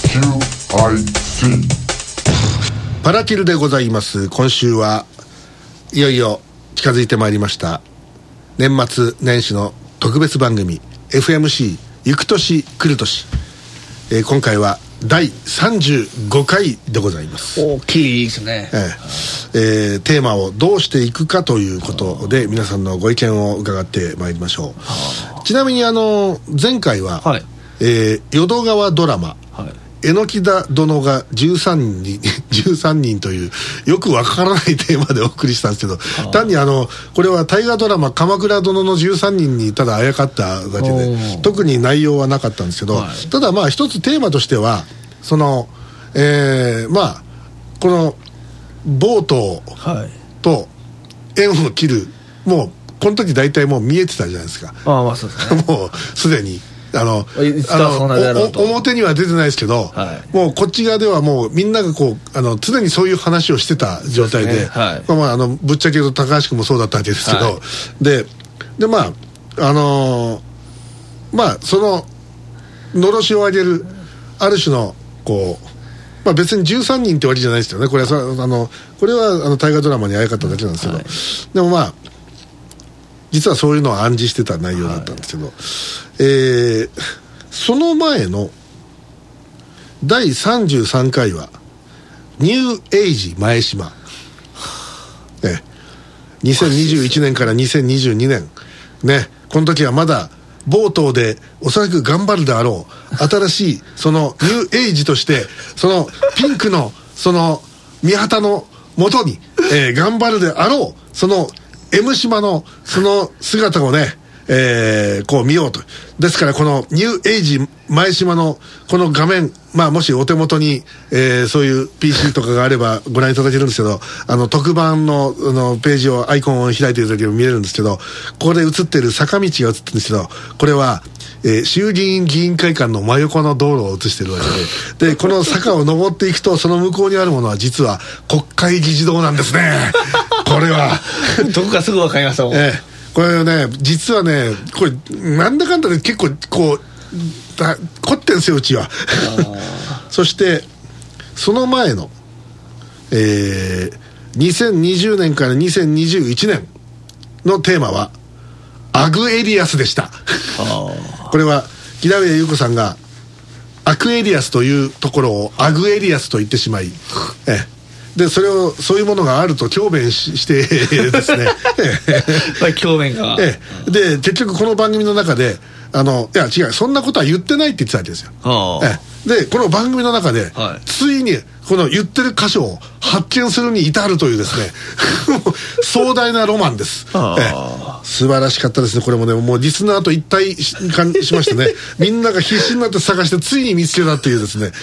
パラキルでございます。今週はいよいよ近づいてまいりました年末年始の特別番組 FMC 行く年来る年、今回は第35回でございます。 大きいですね。 テーマをどうしていくかということで皆さんのご意見を伺ってまいりましょう。ちなみに前回は、はい、淀川ドラマ、はい、榎田殿が13人というよくわからないテーマでお送りしたんですけど、単にこれは大河ドラマ鎌倉殿の13人にただあやかっただけで特に内容はなかったんですけど、はい、ただまあ一つテーマとしてはまあこのボートと縁を切る、もうこの時大体もう見えてたじゃないですか。 まあそうですねもうすでに表には出てないですけど、はい、もうこっち側ではもうみんながこう常にそういう話をしてた状態で、はい、まあぶっちゃけ言うと高橋君もそうだったわけですけど、はい、でまあまあそののろしを上げるある種のこう、まあ、別に13人ってわけじゃないですよね。これは大河ドラマにあやかっただけなんですけど、はい、でもまあ実はそういうのを暗示してた内容だったんですけど、はい、その前の第33回はニューエイジ前島、2021年から2022年ね、この時はまだ冒頭でおそらく頑張るであろう新しいそのニューエイジとしてそのピンクのその御旗のもとに、頑張るであろうそのM 島のその姿をね、こう見ようと。ですからこのニューエイジ前島のこの画面、まあもしお手元に、そういう PC とかがあればご覧いただけるんですけど、特番のページをアイコンを開いていただければ見れるんですけど、ここで映っている坂道が映ってるんですけど、これは衆議院議員会館の真横の道路を映してるわけで、この坂を登っていくとその向こうにあるものは実は国会議事堂なんですねこれはどこかすぐ分かりましたもん。 これね、実はね、これなんだかんだで結構こう凝ってんですようちはそしてその前の、2020年から2021年のテーマはアグエリアスでしたこれは木田上優子さんがアクエリアスというところをアグエリアスと言ってしまい、でそういうものがあると強弁してですね強弁が、 で結局この番組の中でいや違う、そんなことは言ってないって言ってたわけですよ。でこの番組の中で、はい、ついにこの言ってる箇所を発見するに至るというですね壮大なロマンです。素晴らしかったですね。これもね、もうリスナーと一体 しましてねみんなが必死になって探してついに見つけたっていうですね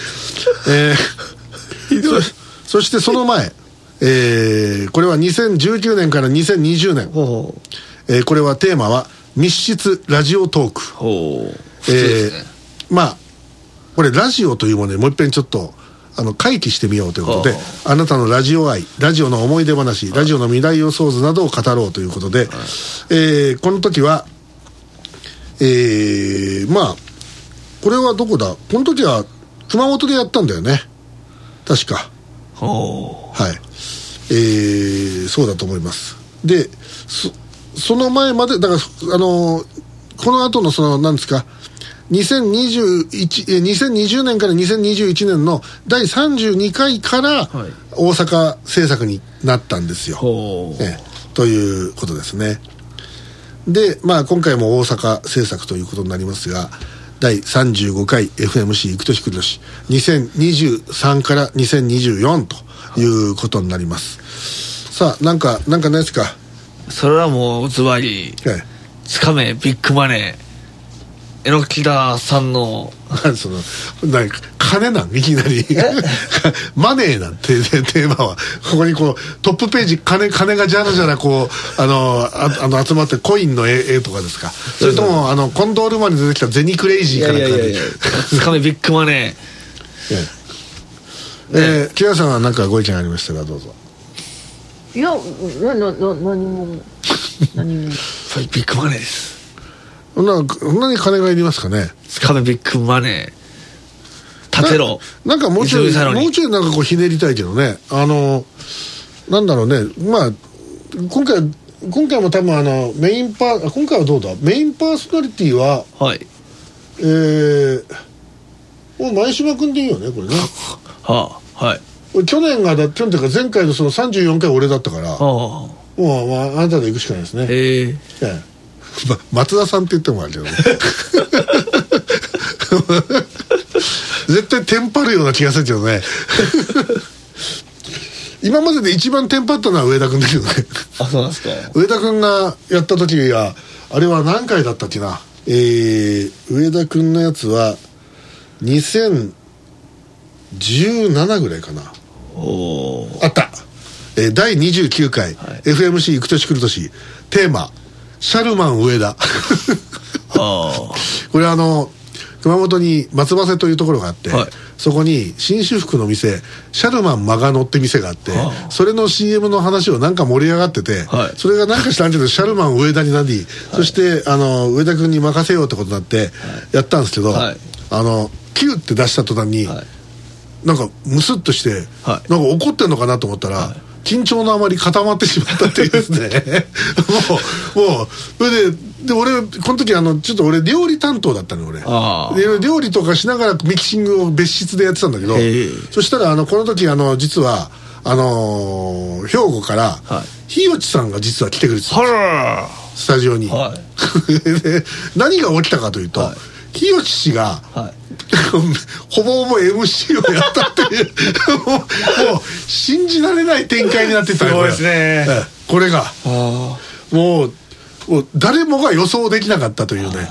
そしてその前、これは2019年から2020年、これはテーマは密室ラジオトーク。まあこれラジオというものでもう一遍ちょっと回帰してみようということで、あなたのラジオ愛、ラジオの思い出話、ラジオの未来予想図などを語ろうということで、この時は、まあこれはどこだ、この時は熊本でやったんだよね確か。はい、そうだと思います。でその前までだからこの後のその何ですか、2020年から2021年の第32回から大阪制作になったんですよ、ということですね。でまあ今回も大阪制作ということになりますが、第35回 FMC 行く年来る年2023から2024ということになります。さあなんかないですか。 それはもうズバリつかめビッグマネー榎田さんのその金なんいきなりマネーなんてテーマはここにこうトップページ金がじゃらじゃらこう集まってコインの絵とかですか、それともコンドールマンに出てきたゼニクレイジーかなんかでつかめビッグマネー。木田さんは何かご意見ありましたらどうぞ。 いや何もビッグマネーです。 そんなに金がいりますかね。 つかめビッグマネー。 立てろ。 なんかもうちょいなんかこうひねりたいけどね。なんだろうね。まあ今回も多分メイン今回はどうだ。メインパーソナリティははい。 もう前島君でいいよねこれね。 はあ、はい。 去年というか前回のその34回俺だったから、もう、あなたで行くしかないですね。松田さんって言ってもあるけどね。絶対テンパるような気がするけどね。今までで一番テンパったのは上田君だけどね。 あ、そうなんですか。 上田君がやった時はあれは何回だったっけな。上田君のやつは2017ぐらいかな。あった、第29回、はい、FMC 行く年来る年テーマシャルマン上田。これ熊本に松葉瀬というところがあって、はい、そこに紳士服の店シャルマンマガノって店があって、それの CM の話をなんか盛り上がってて、はい、それがなんか知らんけどシャルマン上田になり、はい、そして上田君に任せようってことになってやったんですけど、はい、キューって出した途端に、はい、なんかムスッとして、はい、なんか怒ってんのかなと思ったら、はい、緊張のあまり固まってしまったっていうですね。もうそれで俺この時ちょっと俺料理担当だったの俺。で料理とかしながらミキシングを別室でやってたんだけど、そしたらこの時実は兵庫から、はい、日吉さんが実は来てくれてたんですよ、スタジオに。はい、で何が起きたかというと、はい、日吉氏が、はい、ほぼほぼ MC をやったっていうもう信じられない展開になってたよ。 そうですね、 これがもう誰もが予想できなかったというね。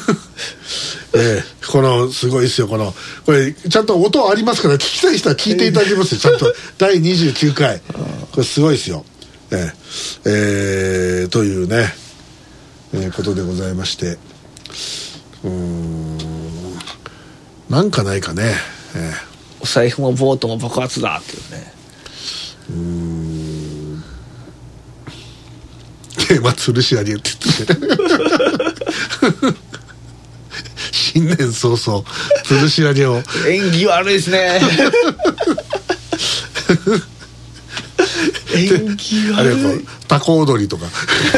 このすごいですよ。これちゃんと音ありますから聞きたい人は聞いていただけますよ。ちゃんと第29回これすごいですよ。というね、ことでございまして、なんかないかね。 お財布もボートも爆発だっていうね。 テーマ吊るし上げって言って新年早々吊るし上げを。 演技悪いですね。演技悪い。 あれタコ踊りとか。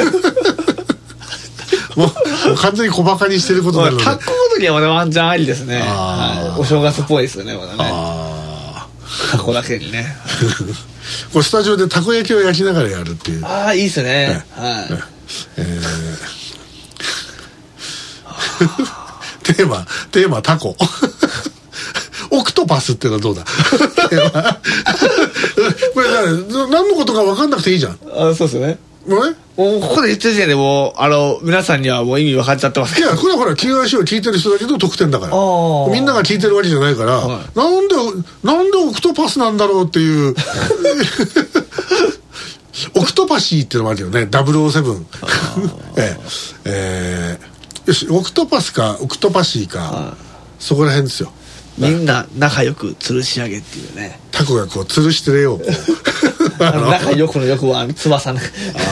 もう完全に小バカにしてることになるので、 タコ踊りはまだワンチャンありですね。はい、お正月っぽいですよねまだね。タコだけにね。 これスタジオでたこ焼きを焼きながらやるっていう。 いいっすね。はい。 テーマタコ。オクトパスっていうのはどうだ。これ何のことか分かんなくていいじゃん。 そうですよね。もうここで言ってる時点でもう皆さんにはもう意味分かっちゃってますけど。 いやこれはほら QIC を聞いてる人だけど得点だから、みんなが聞いてるわけじゃないから、はい、なんでオクトパスなんだろうっていうオクトパシーっていうのもあるよね。007。よしオクトパスかオクトパシーか、そこら辺ですよ。 みんな仲良く吊るし上げっていうね。 タコがこう吊るしてるよ。 仲良くのよくは翼ね。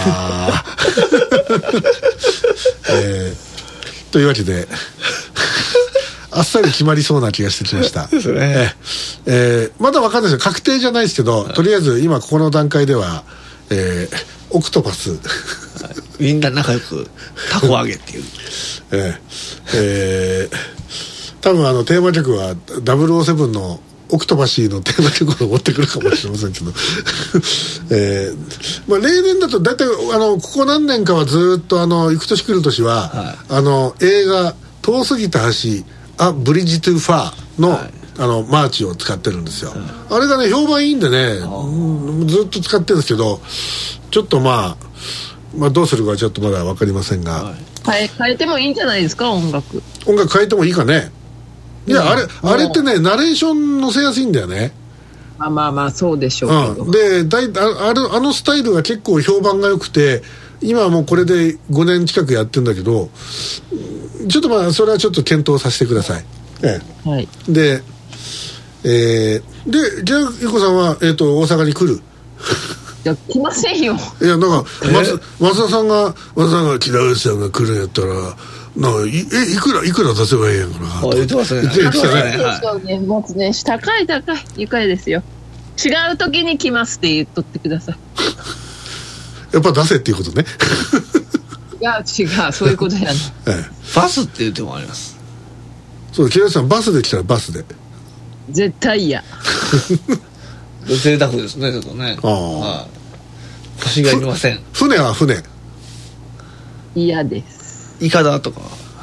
というわけであっさり決まりそうな気がしてきました。 ですね。 まだ分かんないですよ。確定じゃないですけど、とりあえず今ここの段階では、オクトパス。 みんな仲良くタコ上げっていう。 多分テーマ曲は007のオクトパシーのテーマ曲を持ってくるかもしれませんけど、例年だと大体ここ何年かはずっと行く年来る年は、はい、映画「遠すぎた橋ブリッジトゥファーの」はい、マーチを使ってるんですよ、はい、あれがね評判いいんでね、ずっと使ってるんですけど、ちょっとまあどうするかはちょっとまだ分かりませんが、 はい、変えてもいいんじゃないですか。音楽変えてもいいかね。いや、あれってねナレーション載せやすいんだよね。 まあそうでしょうけど、 であのスタイルが結構評判が良くて、今はもうこれで5年近くやってるんだけど、ちょっとそれはちょっと検討させてください。 はい、 でじゃあゆこさんは、大阪に来る？ いや来ませんよ。 いやなんか松田さんが木田さんが来るんやったらいくら出せばいいんやから言ってますね。 言ってたね。 そうね、もうね、高い愉快ですよ。違う時に来ますって言っとってください。 やっぱ出せっていうことね。 いや違う、そういうことやね。 バスっていう手もあります。 そう、木下さんバスで来たらバスで。 絶対嫌。 贅沢ですね、ちょっとね。はい。腰がいりません。 船は船。 嫌です。 イカダとか。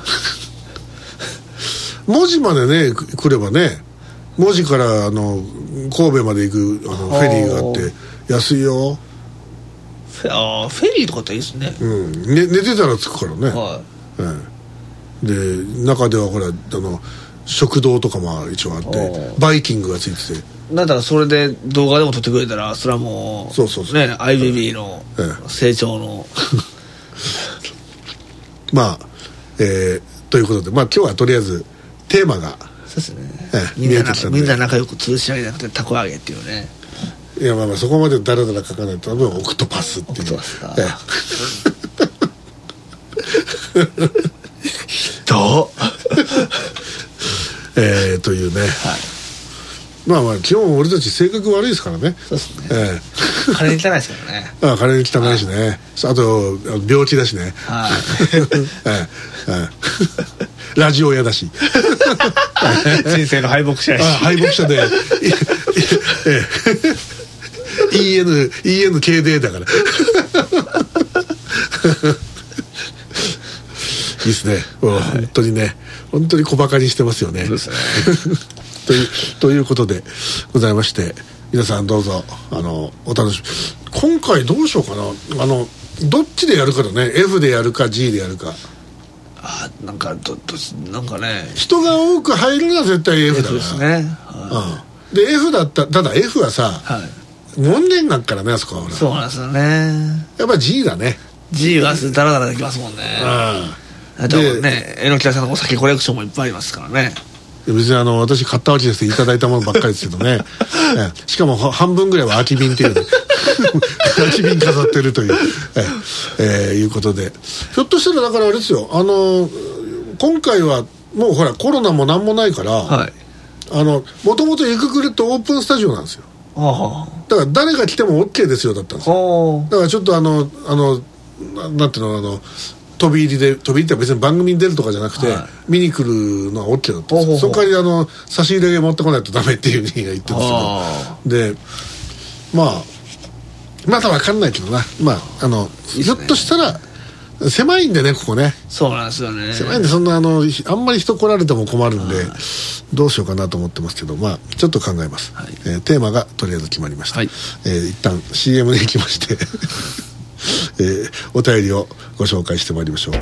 門司までね来ればね、門司から神戸まで行くフェリーがあって安いよ。 フェリーとかっていいですね。 寝てたら着くからね。 はい。 で中ではほら食堂とかも一応あってバイキングがついてて、 なんだらそれで動画でも撮ってくれたらそれはもうそうね、IBB の成長のまあということで、まあ今日はとりあえずテーマがそうですね、 見えてきたんで、 みんな仲良く吊るし上げなくてたこ揚げっていうね。 いやまあそこまでダラダラ書かないと多分オクトパスっていう。オクトパスか。 どうというね、はい、まあ基本俺たち性格悪いですからね。 そうですね。金に汚いですからね。 金に汚いしね。あと病気だしね。はい。ラジオ屋だし。 人生の敗北者やし。 敗北者で。ENKD だから。いいですね。本当にね、本当に小馬鹿にしてますよね。そうですね。ということでございまして、皆さんどうぞお楽しみ。今回どうしようかな。どっちでやるかだね。F でやるか G でやるか。 なんかなんかね、 人が多く入るのは絶対 F だから。 ですね。 で F だったただ F はさ、門限があるからね、あそこは。 そうなんですよね。 やっぱ G だね。 G はダラダラできますもんね。あとね、榎木さんのお酒コレクションもいっぱいありますからね。 別に私買ったわけですよ。いただいたものばっかりですけどね。しかも半分ぐらいは空き瓶っていうね。空き瓶飾ってるといういうことで、ひょっとしたらだからあれですよ、今回はもうほらコロナもなんもないから、もともとイククルってオープンスタジオなんですよ。だから誰が来ても OK ですよだったんですよ。だからちょっとなんていうの、飛び入りって別に番組に出るとかじゃなくて、見に来るのは OK だったんですよ。その代わり差し入れ持ってこないとダメっていうふうには言ってるんですけど、でまだ分かんないけどな、ひょっとしたら狭いんでね、ここね。 そうなんですよね。 狭いんで、そんなあんまり人来られても困るんで、どうしようかなと思ってますけど、ちょっと考えます。テーマがとりあえず決まりました。一旦 CM で行きましてお便りをご紹介してまいりましょう。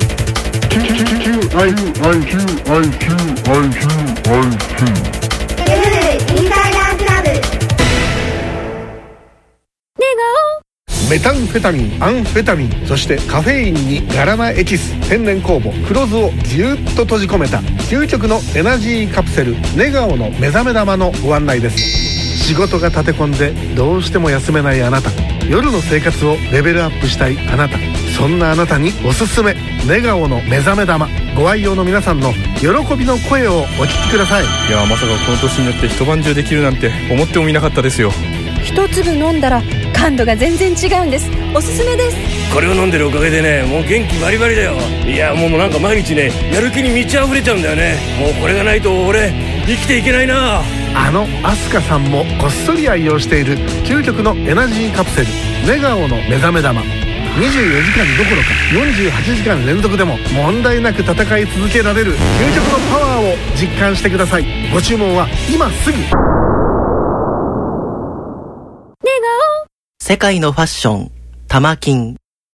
メタンフェタミン、アンフェタミン、そしてカフェインにガラナエキス、天然酵母、黒酢をぎゅっと閉じ込めた究極のエナジーカプセル、ネガオの目覚め玉のご案内です。仕事が立て込んでどうしても休めないあなた、夜の生活をレベルアップしたいあなた、そんなあなたにおすすめ、ネガオの目覚め玉。ご愛用の皆さんの喜びの声をお聞きください。 いや、まさかこの年になって一晩中できるなんて思ってもみなかったですよ。 一粒飲んだら感度が全然違うんです。おすすめです。 これを飲んでるおかげでね、もう元気バリバリだよ。いや、もうなんか毎日ね、やる気に満ち溢れちゃうんだよね。もうこれがないと俺生きていけないな。 アスカさんもこっそり愛用している究極のエナジーカプセル、ネガオの目覚め玉。24時間どころか48時間連続でも問題なく戦い続けられる究極のパワーを実感してください。ご注文は今すぐ。 世界のファッション、タマキン。